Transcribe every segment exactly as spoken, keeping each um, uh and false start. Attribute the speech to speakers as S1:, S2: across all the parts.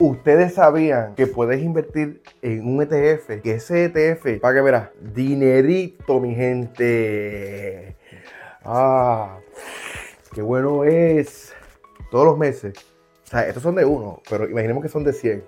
S1: Ustedes sabían que puedes invertir en un E T F, que ese E T F, para que verás, dinerito, mi gente. Ah, qué bueno es. Todos los meses. O sea, estos son de uno, pero imaginemos que son de cien.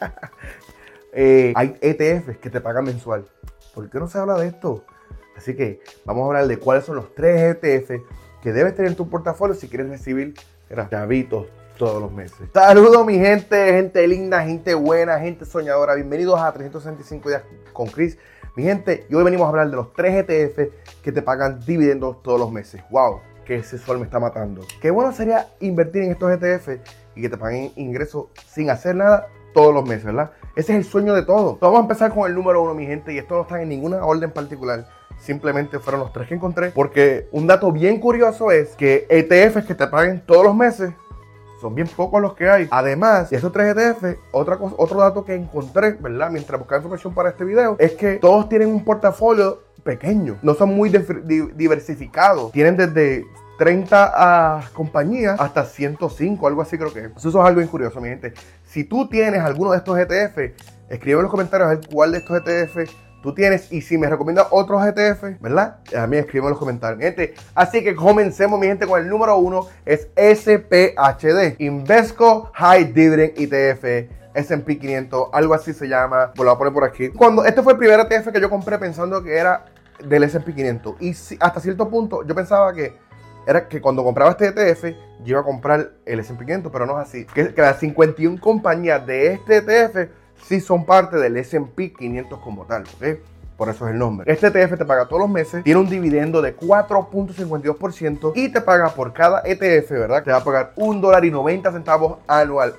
S1: eh, hay E T Fs que te pagan mensual. ¿Por qué no se habla de esto? Así que vamos a hablar de cuáles son los tres E T F que debes tener en tu portafolio si quieres recibir mira, chavitos todos los meses. Saludos mi gente, gente linda, gente buena, gente soñadora. Bienvenidos a trescientos sesenta y cinco días con Chris. Mi gente, y hoy venimos a hablar de los tres E T F que te pagan dividendos todos los meses. ¡Wow! Que ese sol me está matando. Qué bueno sería invertir en estos E T F y que te paguen ingresos sin hacer nada todos los meses, ¿verdad? Ese es el sueño de todos. Vamos a empezar con el número uno, mi gente, y esto no está en ninguna orden particular. Simplemente fueron los tres que encontré, porque un dato bien curioso es que E T Fs que te paguen todos los meses son bien pocos los que hay. Además, de estos tres E T F, otra cosa, otro dato que encontré, ¿verdad? Mientras buscaba información para este video, es que todos tienen un portafolio pequeño. No son muy diversificados. Tienen desde treinta uh, compañías hasta ciento cinco, algo así creo que es. Eso es algo bien curioso, mi gente. Si tú tienes alguno de estos E T F, escribe en los comentarios a ver cuál de estos E T F tú tienes y si me recomiendas otros E T F, ¿verdad? A mí escribe en los comentarios, mi gente. Así que comencemos, mi gente, con el número uno. Es S P H D, Invesco High Dividend E T F, S and P quinientos, algo así se llama. Pues lo voy a poner por aquí. Cuando este fue el primer E T F que yo compré pensando que era del S and P quinientos. Y si, hasta cierto punto yo pensaba que era que cuando compraba este E T F yo iba a comprar el S and P quinientos, pero no es así. Que, que las cincuenta y una compañías de este E T F sí son parte del S and P quinientos como tal, ¿ok? Por eso es el nombre. Este E T F te paga todos los meses, tiene un dividendo de cuatro punto cincuenta y dos por ciento y te paga por cada E T F, ¿verdad? Te va a pagar un dólar y noventa centavos anual,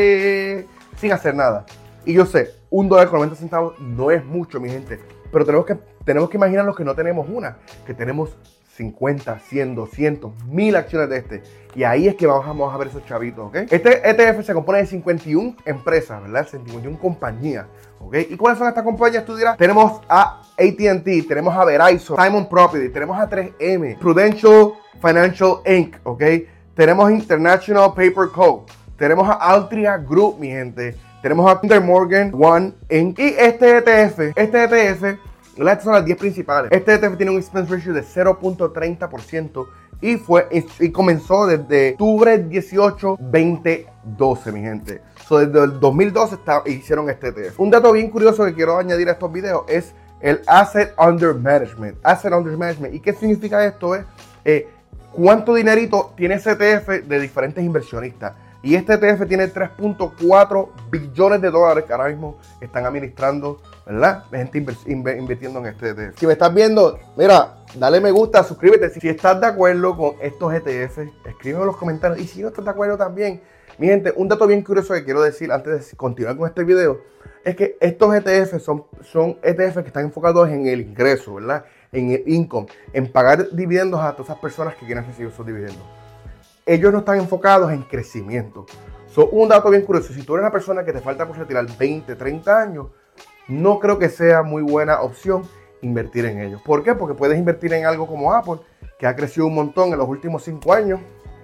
S1: eh, sin hacer nada. Y yo sé, un dólar con noventa centavos no es mucho, mi gente, pero tenemos que, tenemos que imaginar los que no tenemos una, que tenemos cincuenta, cien, doscientos, mil acciones de este. Y ahí es que vamos, vamos a ver esos chavitos, ¿ok? Este E T F se compone de cincuenta y una empresas, ¿verdad? cincuenta y una compañías, ¿ok? ¿Y cuáles son estas compañías? Tú dirás, tenemos a A T and T, tenemos a Verizon, Simon Property, tenemos a tres M, Prudential Financial Incorporated, ¿ok? Tenemos International Paper Co., tenemos a Altria Group, mi gente, tenemos a Kinder Morgan One Incorporated. Y este E T F, este E T F, estas son las diez principales. Este E T F tiene un expense ratio de cero punto treinta por ciento y fue y comenzó desde octubre dieciocho, veinte doce, mi gente. So, desde el dos mil doce está, hicieron este E T F. Un dato bien curioso que quiero añadir a estos videos es el Asset Under Management. Asset Under Management. ¿Y qué significa esto? Es eh, cuánto dinerito tiene ese E T F de diferentes inversionistas. Y este E T F tiene tres punto cuatro billones de dólares que ahora mismo están administrando, ¿verdad? Gente inv invirtiendo en este E T F. Si me estás viendo, mira, dale me gusta, suscríbete. Si estás de acuerdo con estos E T F, escríbeme en los comentarios. Y si no estás de acuerdo también, mi gente, un dato bien curioso que quiero decir antes de continuar con este video, es que estos E T F son, son E T F que están enfocados en el ingreso, ¿verdad? En el income, en pagar dividendos a todas esas personas que quieren recibir esos dividendos. Ellos no están enfocados en crecimiento. So, un dato bien curioso, si tú eres una persona que te falta por retirar veinte, treinta años, no creo que sea muy buena opción invertir en ellos. ¿Por qué? Porque puedes invertir en algo como Apple, que ha crecido un montón en los últimos cinco años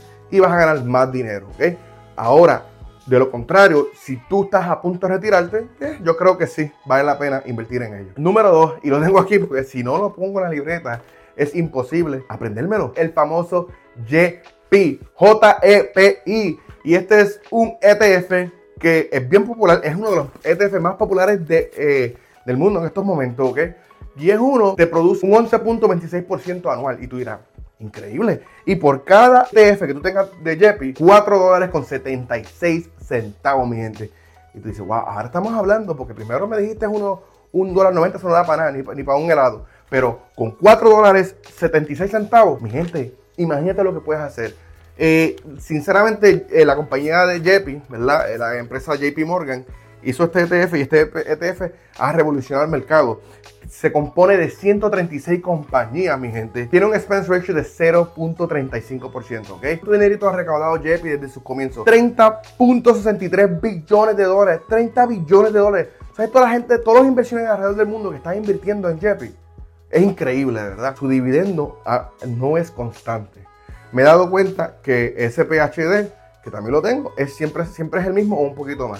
S1: y vas a ganar más dinero, ¿ok? Ahora, de lo contrario, si tú estás a punto de retirarte, eh, yo creo que sí, vale la pena invertir en ellos. Número dos, y lo tengo aquí porque si no lo pongo en la libreta, es imposible aprendérmelo. El famoso J P, J E P I. Y este es un E T F que es bien popular, es uno de los E T F más populares de, eh, del mundo en estos momentos, ¿ok? Y es uno que produce un once punto veintiséis por ciento anual. Y tú dirás, increíble. Y por cada E T F que tú tengas de J P, cuatro dólares con setenta y seis centavos, mi gente. Y tú dices, wow, ahora estamos hablando, porque primero me dijiste uno, un dólar noventa, eso no da para nada, ni, ni para un helado. Pero con cuatro dólares setenta y seis centavos, mi gente, imagínate lo que puedes hacer. Eh, sinceramente, eh, la compañía de J P, ¿verdad? Eh, la empresa J P Morgan hizo este E T F y este E T F ha revolucionado el mercado. Se compone de ciento treinta y seis compañías, mi gente. Tiene un expense ratio de cero punto treinta y cinco por ciento, ¿ok? Tu dinerito ha recaudado J P desde sus comienzos treinta punto sesenta y tres billones de dólares. treinta billones de dólares. ¿Sabes? Toda la gente, todas las inversiones alrededor del mundo que están invirtiendo en J P. Es increíble, de verdad. Su dividendo ah, no es constante. Me he dado cuenta que S P H D, que también lo tengo, es siempre, siempre es el mismo o un poquito más.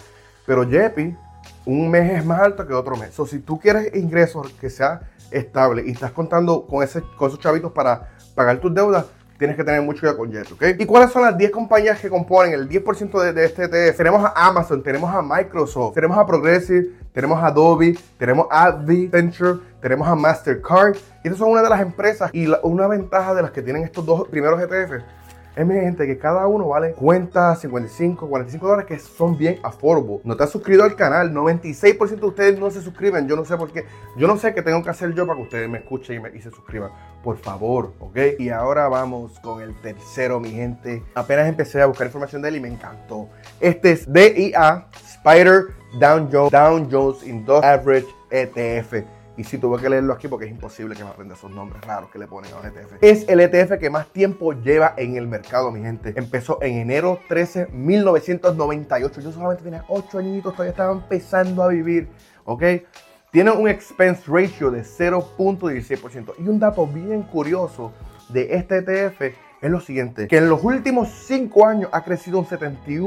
S1: Pero Jeppy, un mes es más alto que otro mes. So, si tú quieres ingresos que sea estable y estás contando con, ese, con esos chavitos para pagar tus deudas, tienes que tener mucho cuidado con Jeppy, ¿ok? ¿Y cuáles son las diez compañías que componen el diez por ciento de, de este E T F? Tenemos a Amazon, tenemos a Microsoft, tenemos a Progressive, tenemos a Adobe, tenemos a Adventure, tenemos a Mastercard. Y estas son una de las empresas y la, una ventaja de las que tienen estos dos primeros E T F es, mi gente, que cada uno vale cincuenta, cincuenta y cinco, cuarenta y cinco dólares, que son bien affordable. No te has suscrito al canal, noventa y seis por ciento de ustedes no se suscriben. Yo no sé por qué. Yo no sé qué tengo que hacer yo para que ustedes me escuchen y, me, y se suscriban. Por favor, ¿ok? Y ahora vamos con el tercero, mi gente. Apenas empecé a buscar información de él y me encantó. Este es D I A, Spider Dow Jones, Dow Jones Industrial Average E T F. Y sí, tuve que leerlo aquí porque es imposible que me aprenda esos nombres raros que le ponen a los E T F. Es el E T F que más tiempo lleva en el mercado, mi gente. Empezó en enero trece, mil novecientos noventa y ocho. Yo solamente tenía ocho añitos, todavía estaba empezando a vivir, ¿ok? Tiene un expense ratio de cero punto dieciséis por ciento. Y un dato bien curioso de este E T F es lo siguiente, que en los últimos cinco años ha crecido un setenta y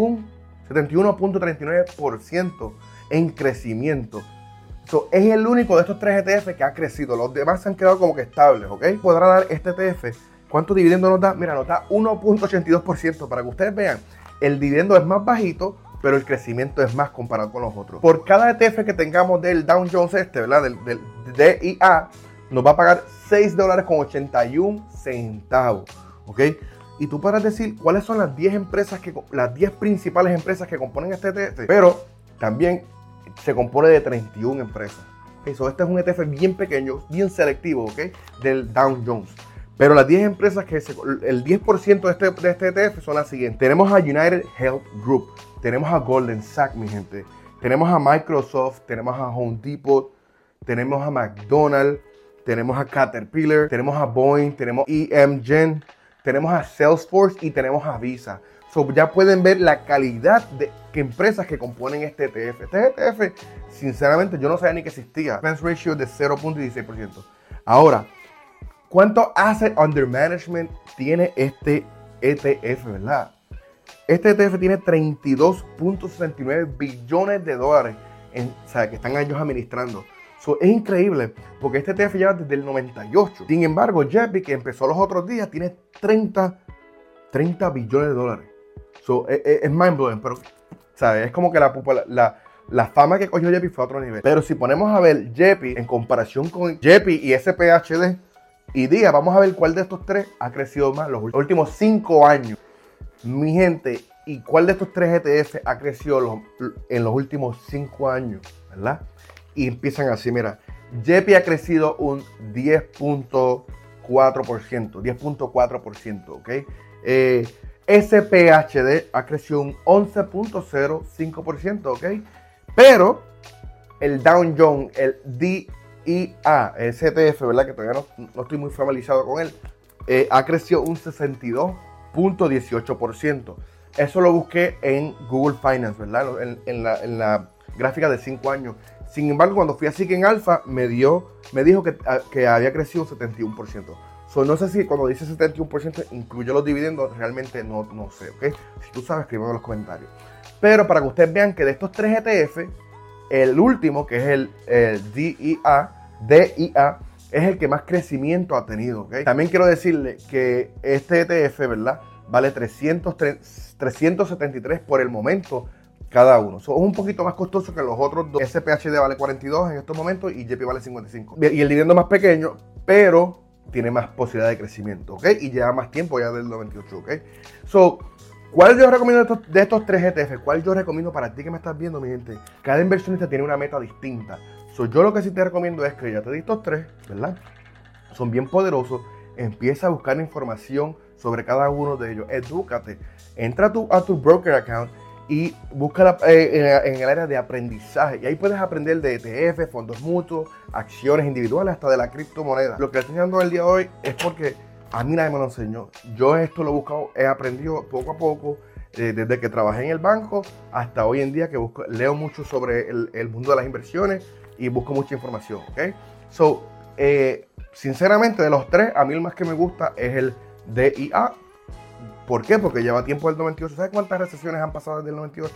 S1: uno punto treinta y nueve por ciento en crecimiento. So, es el único de estos tres E T F que ha crecido. Los demás se han quedado como que estables, ¿ok? Podrá dar este E T F. ¿Cuánto dividendo nos da? Mira, nos da uno punto ochenta y dos por ciento. Para que ustedes vean, el dividendo es más bajito, pero el crecimiento es más comparado con los otros. Por cada E T F que tengamos del Dow Jones este, ¿verdad? Del, del D I A, nos va a pagar seis dólares con ochenta y un centavos, ¿ok? Y tú podrás decir cuáles son las diez empresas, que, las diez principales empresas que componen este E T F. Pero también se compone de treinta y una empresas. Okay, so este es un E T F bien pequeño, bien selectivo, ¿ok? Del Dow Jones. Pero las diez empresas que se, el diez por ciento de este, de este E T F son las siguientes. Tenemos a United Health Group, tenemos a Goldman Sachs, mi gente, tenemos a Microsoft, tenemos a Home Depot, tenemos a McDonald's, tenemos a Caterpillar, tenemos a Boeing, tenemos E M Gen, tenemos a Salesforce y tenemos a Visa. So, ya pueden ver la calidad de que empresas que componen este E T F. Este E T F, sinceramente, yo no sabía ni que existía. Expense ratio de cero punto dieciséis por ciento. Ahora, ¿cuánto asset under management tiene este E T F, verdad? Este E T F tiene treinta y dos punto sesenta y nueve billones de dólares en, o sea, que están ellos administrando. So, es increíble porque este E T F lleva desde el noventa y ocho. Sin embargo, Jeppy, que empezó los otros días, tiene treinta billones de dólares. So, es, es mind blowing, pero ¿sabes? Es como que la, la, la fama que cogió Jeppy fue a otro nivel. Pero si ponemos a ver Jeppy en comparación con Jeppy y S P H D y D I A, vamos a ver cuál de estos tres ha crecido más los últimos cinco años. Mi gente, ¿y cuál de estos tres E T F ha crecido los, en los últimos cinco años? ¿Verdad? Y empiezan así, mira. Jeppy ha crecido un diez punto cuatro por ciento, diez punto cuatro por ciento, ¿ok? Eh, S P H D ha crecido un once punto cero cinco por ciento, ¿ok? Pero el Dow Jones, el D I A, el E T F, ¿verdad? Que todavía no, no estoy muy familiarizado con él, eh, ha crecido un sesenta y dos punto dieciocho por ciento. Eso lo busqué en Google Finance, ¿verdad? En, en, la, en la gráfica de cinco años. Sin embargo, cuando fui a Seeking Alpha, me, dio, me dijo que, que había crecido un setenta y uno por ciento. So, no sé si cuando dice setenta y uno por ciento incluye los dividendos, realmente no, no sé, ¿ok? Si tú sabes, escríbeme en los comentarios. Pero para que ustedes vean que de estos tres E T F, el último, que es el, el D I A, D I A, es el que más crecimiento ha tenido, ¿ok? También quiero decirle que este E T F, ¿verdad? Vale trescientos setenta y tres por el momento cada uno. So, es un poquito más costoso que los otros dos. S P H D vale cuarenta y dos en estos momentos y Jeppy vale cincuenta y cinco. Y el dividendo más pequeño, pero tiene más posibilidad de crecimiento, ¿ok? Y lleva más tiempo ya del noventa y ocho, ¿ok? So, ¿cuál yo recomiendo de estos, de estos tres E T F? ¿Cuál yo recomiendo para ti que me estás viendo, mi gente? Cada inversionista tiene una meta distinta. So, yo lo que sí te recomiendo es que ya te di estos tres, ¿verdad? Son bien poderosos. Empieza a buscar información sobre cada uno de ellos. Edúcate. Entra a tu, a tu broker account y busca eh, en, en el área de aprendizaje. Y ahí puedes aprender de E T F, fondos mutuos, acciones individuales, hasta de la criptomoneda. Lo que estoy enseñando el día de hoy es porque a mí nadie me lo enseñó. Yo esto lo he buscado, he aprendido poco a poco, eh, desde que trabajé en el banco hasta hoy en día que busco, leo mucho sobre el, el mundo de las inversiones y busco mucha información, ¿ok? So, eh, sinceramente, de los tres, a mí el más que me gusta es el D I A. ¿Por qué? Porque lleva tiempo del noventa y ocho. ¿Sabes cuántas recesiones han pasado desde el noventa y ocho?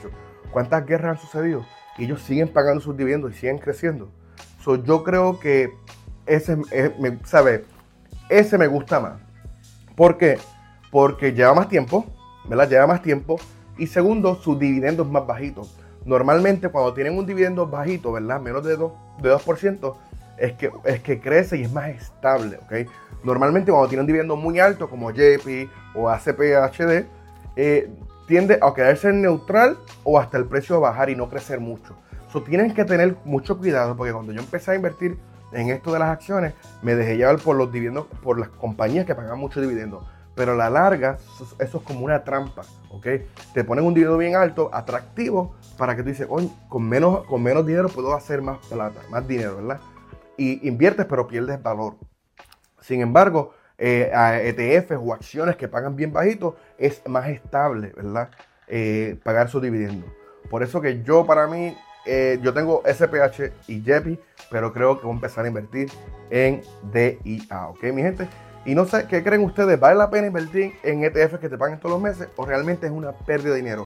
S1: cuántas guerras han sucedido y ellos siguen pagando sus dividendos y siguen creciendo. So, yo creo que ese, eh, me, ¿sabe? ese me gusta más. ¿Por qué? Porque lleva más tiempo, ¿verdad? Lleva más tiempo. Y segundo, sus dividendos más bajitos. Normalmente cuando tienen un dividendo bajito, ¿verdad? Menos de dos por ciento, es que, es que crece y es más estable, ¿ok? Normalmente cuando tienen un dividendo muy alto, como J P o A C P H D, eh, tiende a quedarse neutral o hasta el precio a bajar y no crecer mucho. So, tienen que tener mucho cuidado, porque cuando yo empecé a invertir en esto de las acciones, me dejé llevar por los dividendos, por las compañías que pagan mucho dividendo. Pero a la larga, eso es como una trampa, ¿ok? Te ponen un dividendo bien alto, atractivo, para que tú dices, oye, con menos, con menos dinero puedo hacer más plata, más dinero, ¿verdad? Y inviertes, pero pierdes valor. Sin embargo, eh, a E T Fs o acciones que pagan bien bajito, es más estable, ¿verdad? Eh, pagar su dividendo. Por eso que yo, para mí, eh, yo tengo S P H y J P, pero creo que voy a empezar a invertir en D I A, ¿ok, mi gente? Y no sé, ¿qué creen ustedes? ¿Vale la pena invertir en E T Fs que te paguen todos los meses o realmente es una pérdida de dinero?